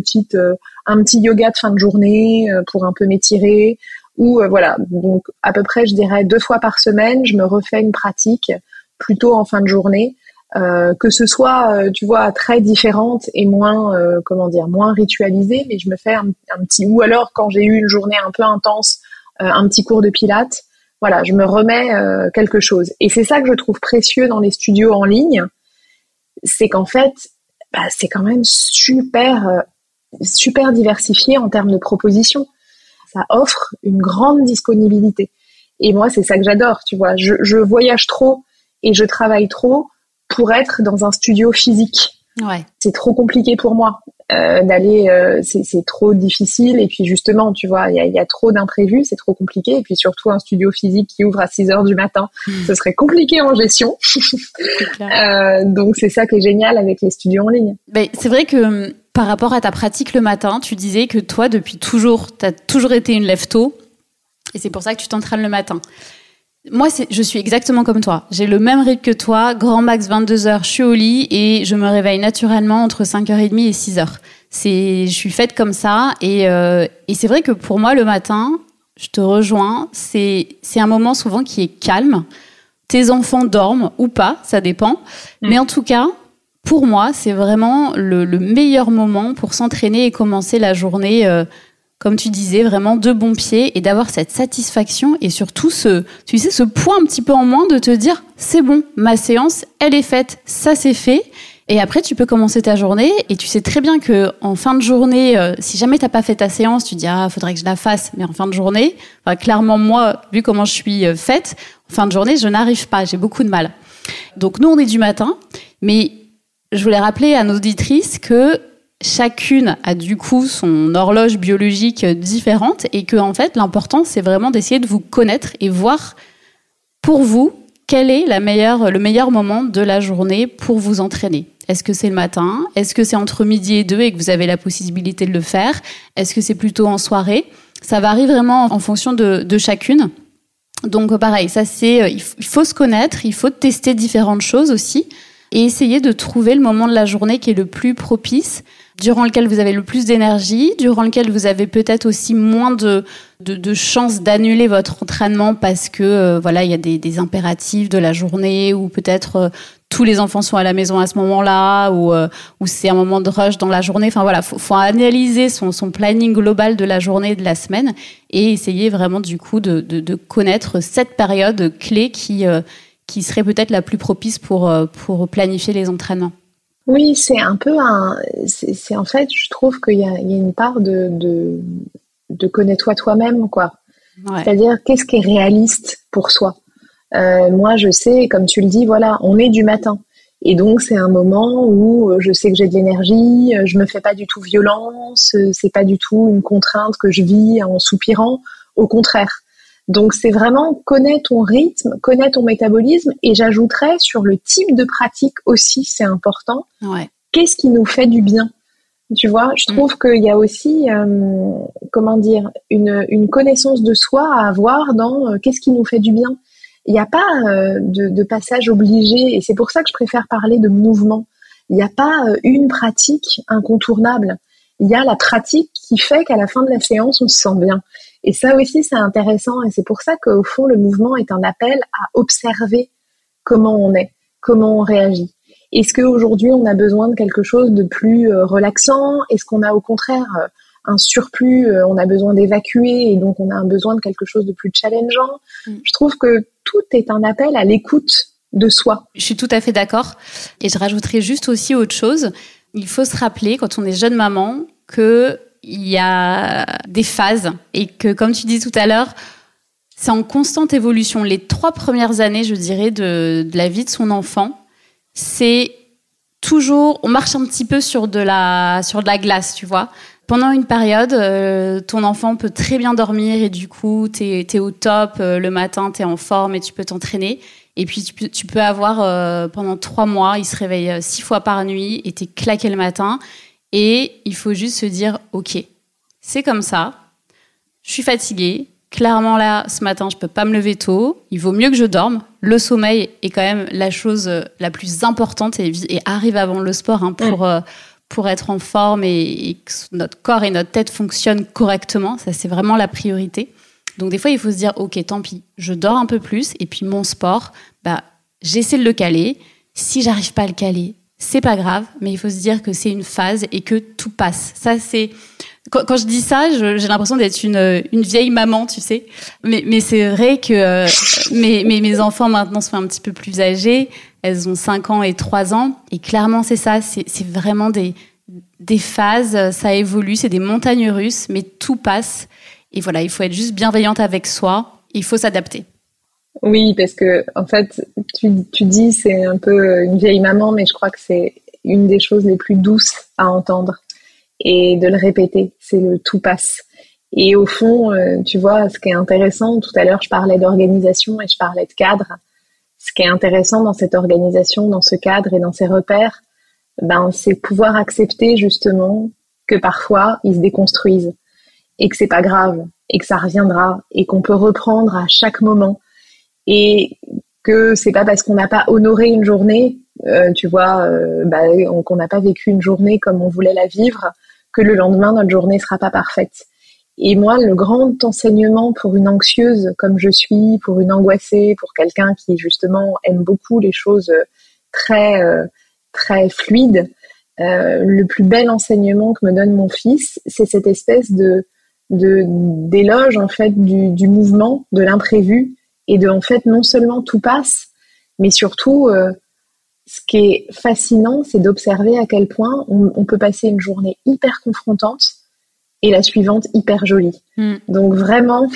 un petit yoga de fin de journée pour un peu m'étirer. Ou voilà, donc à peu près, je dirais 2 fois par semaine, je me refais une pratique plutôt en fin de journée. Que ce soit, tu vois, très différente et moins, moins ritualisée, mais je me fais un petit, ou alors quand j'ai eu une journée un peu intense, un petit cours de pilates, voilà, je me remets quelque chose. Et c'est ça que je trouve précieux dans les studios en ligne, c'est qu'en fait, c'est quand même super diversifié en termes de propositions. Ça offre une grande disponibilité. Et moi, c'est ça que j'adore, tu vois. Je voyage trop et je travaille trop pour être dans un studio physique. Ouais. C'est trop compliqué pour moi d'aller, c'est trop difficile. Et puis justement, tu vois, il y a trop d'imprévus, c'est trop compliqué. Et puis surtout, un studio physique qui ouvre à 6h du matin, ce serait compliqué en gestion. Donc c'est ça qui est génial avec les studios en ligne. Mais c'est vrai que par rapport à ta pratique le matin, tu disais que toi, depuis toujours, tu as toujours été une lève-tôt. Et c'est pour ça que tu t'entraînes le matin. Moi, je suis exactement comme toi. J'ai le même rythme que toi. Grand max 22h, je suis au lit et je me réveille naturellement entre 5h30 et 6h. Je suis faite comme ça. Et c'est vrai que pour moi, le matin, je te rejoins, c'est un moment souvent qui est calme. Tes enfants dorment ou pas, ça dépend. Mais en tout cas, pour moi, c'est vraiment le meilleur moment pour s'entraîner et commencer la journée comme tu disais, vraiment de bon pied et d'avoir cette satisfaction et surtout ce poids un petit peu en moins de te dire c'est bon, ma séance, elle est faite, ça c'est fait. Et après, tu peux commencer ta journée et tu sais très bien que en fin de journée, si jamais t'as pas fait ta séance, tu dis faudrait que je la fasse, mais en fin de journée, clairement moi, vu comment je suis faite, en fin de journée, je n'arrive pas, j'ai beaucoup de mal. Donc nous, on est du matin, mais je voulais rappeler à nos auditrices que chacune a du coup son horloge biologique différente et que en fait l'important c'est vraiment d'essayer de vous connaître et voir pour vous quel est le meilleur moment de la journée pour vous entraîner. Est-ce que c'est le matin? Est-ce que c'est entre midi et 2 et que vous avez la possibilité de le faire? Est-ce que c'est plutôt en soirée? Ça varie vraiment en fonction de chacune. Donc pareil, ça c'est il faut se connaître, il faut tester différentes choses aussi et essayer de trouver le moment de la journée qui est le plus propice, durant lequel vous avez le plus d'énergie, durant lequel vous avez peut-être aussi moins de chances d'annuler votre entraînement parce que il y a des impératifs de la journée ou peut-être tous les enfants sont à la maison à ce moment-là ou c'est un moment de rush dans la journée. Enfin voilà, faut analyser son planning global de la journée et de la semaine et essayer vraiment du coup de connaître cette période clé qui serait peut-être la plus propice pour planifier les entraînements. Oui, c'est un peu c'est en fait, je trouve qu'il y a une part de connais-toi toi-même, quoi. Ouais. C'est-à-dire, qu'est-ce qui est réaliste pour soi? Moi, je sais, comme tu le dis, voilà, on est du matin. Et donc, c'est un moment où je sais que j'ai de l'énergie, je me fais pas du tout violence, c'est pas du tout une contrainte que je vis en soupirant, au contraire. Donc, c'est vraiment connaître ton rythme, connaître ton métabolisme, et j'ajouterais sur le type de pratique aussi, c'est important. Ouais. Qu'est-ce qui nous fait du bien? Tu vois, je trouve qu'il y a aussi, une connaissance de soi à avoir dans qu'est-ce qui nous fait du bien. Il n'y a pas de passage obligé, et c'est pour ça que je préfère parler de mouvement. Il n'y a pas une pratique incontournable. Il y a la pratique qui fait qu'à la fin de la séance, on se sent bien. Et ça aussi, c'est intéressant, et c'est pour ça qu'au fond, le mouvement est un appel à observer comment on est, comment on réagit. Est-ce qu'aujourd'hui, on a besoin de quelque chose de plus relaxant? Est-ce qu'on a au contraire un surplus, on a besoin d'évacuer et donc on a un besoin de quelque chose de plus challengeant? Je trouve que tout est un appel à l'écoute de soi. Je suis tout à fait d'accord. Et je rajouterais juste aussi autre chose. Il faut se rappeler, quand on est jeune maman, qu'il y a des phases et que, comme tu dis tout à l'heure, c'est en constante évolution. Les 3 premières années, je dirais, de la vie de son enfant, c'est toujours, on marche un petit peu sur de la glace, tu vois. Pendant une période, ton enfant peut très bien dormir et du coup, t'es au top, le matin, t'es en forme et tu peux t'entraîner. Et puis, tu peux avoir, pendant 3 mois, il se réveille 6 fois par nuit et t'es claqué le matin. Et il faut juste se dire, OK, c'est comme ça, je suis fatiguée. Clairement, là, ce matin, je peux pas me lever tôt. Il vaut mieux que je dorme. Le sommeil est quand même la chose la plus importante et arrive avant le sport pour être en forme et que notre corps et notre tête fonctionnent correctement. Ça, c'est vraiment la priorité. Donc, des fois, il faut se dire, OK, tant pis, je dors un peu plus. Et puis, mon sport, j'essaie de le caler. Si j'arrive pas à le caler, c'est pas grave. Mais il faut se dire que c'est une phase et que tout passe. Ça, c'est... Quand je dis ça, j'ai l'impression d'être une vieille maman, tu sais. Mais c'est vrai que mes enfants maintenant sont un petit peu plus âgés. Elles ont 5 ans et 3 ans. Et clairement, c'est ça. C'est vraiment des phases. Ça évolue. C'est des montagnes russes. Mais tout passe. Et voilà, il faut être juste bienveillante avec soi. Il faut s'adapter. Oui, parce que, en fait, tu dis c'est un peu une vieille maman, mais je crois que c'est une des choses les plus douces à entendre. Et de le répéter, c'est le tout passe. Et au fond, tu vois, ce qui est intéressant, tout à l'heure je parlais d'organisation et je parlais de cadre. Ce qui est intéressant dans cette organisation, dans ce cadre et dans ces repères, c'est pouvoir accepter justement que parfois ils se déconstruisent et que c'est pas grave et que ça reviendra et qu'on peut reprendre à chaque moment et que c'est pas parce qu'on n'a pas honoré une journée, qu'on n'a pas vécu une journée comme on voulait la vivre, que le lendemain, notre journée sera pas parfaite. Et moi, le grand enseignement pour une anxieuse comme je suis, pour une angoissée, pour quelqu'un qui, justement, aime beaucoup les choses très, très fluides, le plus bel enseignement que me donne mon fils, c'est cette espèce d'éloge, en fait, du mouvement, de l'imprévu, et en fait, non seulement tout passe, mais surtout, ce qui est fascinant, c'est d'observer à quel point on peut passer une journée hyper confrontante et la suivante hyper jolie. Donc vraiment,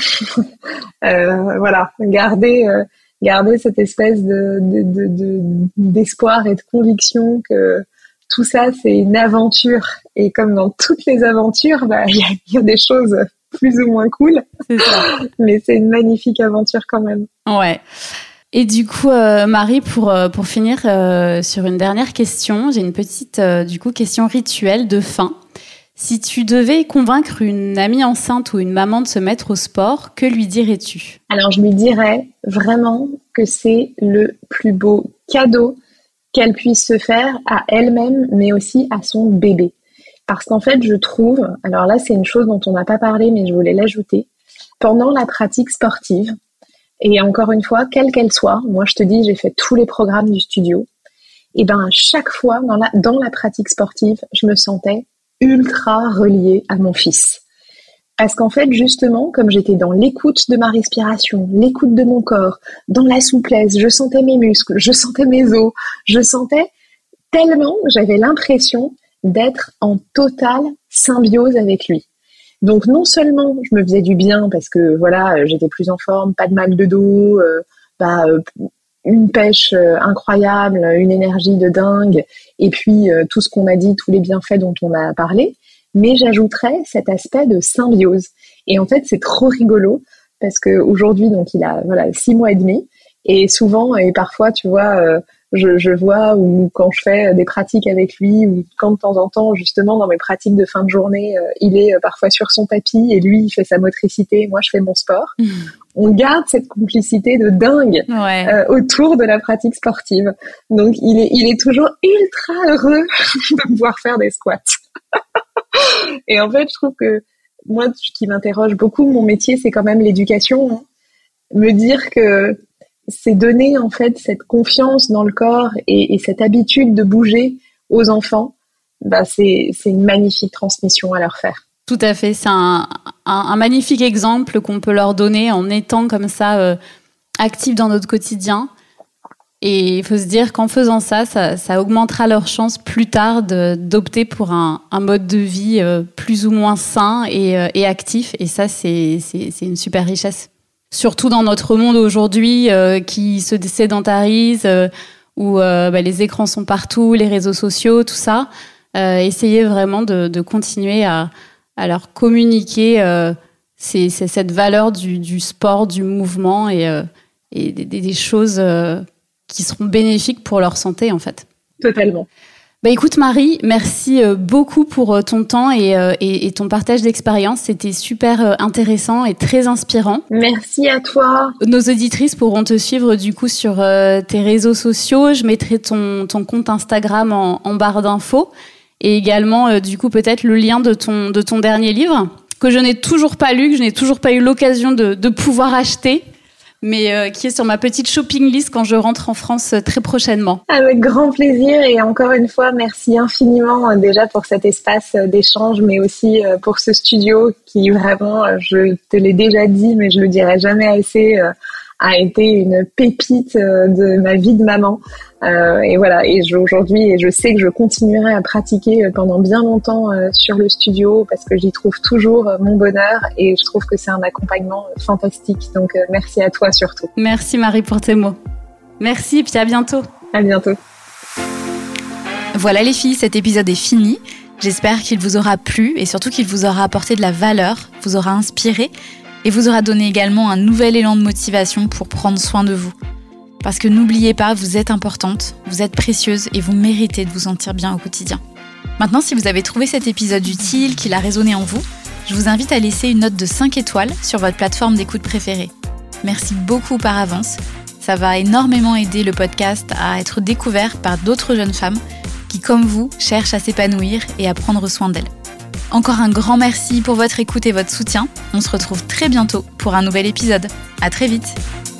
garder cette espèce d'espoir et de conviction que tout ça, c'est une aventure. Et comme dans toutes les aventures, il y a des choses plus ou moins cool. C'est ça. Mais c'est une magnifique aventure quand même. Ouais. Et du coup, Marie, pour finir sur une dernière question, j'ai une petite question rituelle de fin. Si tu devais convaincre une amie enceinte ou une maman de se mettre au sport, que lui dirais-tu ? Alors, je lui dirais vraiment que c'est le plus beau cadeau qu'elle puisse se faire à elle-même, mais aussi à son bébé. Parce qu'en fait, je trouve, alors là, c'est une chose dont on n'a pas parlé, mais je voulais l'ajouter, pendant la pratique sportive, et encore une fois, quelle qu'elle soit, moi je te dis, j'ai fait tous les programmes du studio, Et ben chaque fois dans la pratique sportive, je me sentais ultra reliée à mon fils. Parce qu'en fait, justement, comme j'étais dans l'écoute de ma respiration, l'écoute de mon corps, dans la souplesse, je sentais mes muscles, je sentais mes os, je sentais tellement, j'avais l'impression d'être en totale symbiose avec lui. Donc non seulement je me faisais du bien parce que voilà, j'étais plus en forme, pas de mal de dos, une pêche incroyable, une énergie de dingue, et puis tout ce qu'on a dit, tous les bienfaits dont on a parlé, mais j'ajouterais cet aspect de symbiose. Et en fait, c'est trop rigolo parce que aujourd'hui, donc il a 6 mois et demi, et souvent et parfois, tu vois, je vois, ou quand je fais des pratiques avec lui, ou quand de temps en temps, justement, dans mes pratiques de fin de journée, il est parfois sur son tapis et lui, il fait sa motricité, moi, je fais mon sport. On garde cette complicité de dingue autour de la pratique sportive. Donc, il est toujours ultra heureux de pouvoir faire des squats. Et en fait, je trouve que moi, ce qui m'interroge beaucoup, mon métier, c'est quand même l'éducation. Hein. Me dire que c'est donner en fait cette confiance dans le corps et cette habitude de bouger aux enfants, c'est une magnifique transmission à leur faire. Tout à fait, c'est un magnifique exemple qu'on peut leur donner en étant comme ça actifs dans notre quotidien. Et il faut se dire qu'en faisant ça augmentera leur chance plus tard d'opter pour un mode de vie plus ou moins sain et actif. Et ça, c'est une super richesse. Surtout dans notre monde aujourd'hui qui se sédentarise, où les écrans sont partout, les réseaux sociaux, tout ça. Essayez vraiment de continuer à leur communiquer cette valeur du sport, du mouvement et des choses qui seront bénéfiques pour leur santé, en fait. Totalement. Écoute Marie, merci beaucoup pour ton temps et ton partage d'expérience. C'était super intéressant et très inspirant. Merci à toi. Nos auditrices pourront te suivre du coup sur tes réseaux sociaux. Je mettrai ton compte Instagram en barre d'infos et également du coup peut-être le lien de ton dernier livre que je n'ai toujours pas lu, que je n'ai toujours pas eu l'occasion de pouvoir acheter, mais qui est sur ma petite shopping list quand je rentre en France très prochainement. Avec grand plaisir et encore une fois, merci infiniment déjà pour cet espace d'échange, mais aussi pour ce studio qui vraiment, je te l'ai déjà dit, mais je le dirai jamais assez, a été une pépite de ma vie de maman. Et voilà, aujourd'hui, je sais que je continuerai à pratiquer pendant bien longtemps sur le studio parce que j'y trouve toujours mon bonheur et je trouve que c'est un accompagnement fantastique. Donc merci à toi surtout. Merci Marie pour tes mots. Merci et puis à bientôt. À bientôt. Voilà les filles, cet épisode est fini. J'espère qu'il vous aura plu et surtout qu'il vous aura apporté de la valeur, vous aura inspiré et vous aura donné également un nouvel élan de motivation pour prendre soin de vous. Parce que n'oubliez pas, vous êtes importante, vous êtes précieuse et vous méritez de vous sentir bien au quotidien. Maintenant, si vous avez trouvé cet épisode utile, qu'il a résonné en vous, je vous invite à laisser une note de 5 étoiles sur votre plateforme d'écoute préférée. Merci beaucoup par avance, ça va énormément aider le podcast à être découvert par d'autres jeunes femmes qui, comme vous, cherchent à s'épanouir et à prendre soin d'elles. Encore un grand merci pour votre écoute et votre soutien. On se retrouve très bientôt pour un nouvel épisode. À très vite.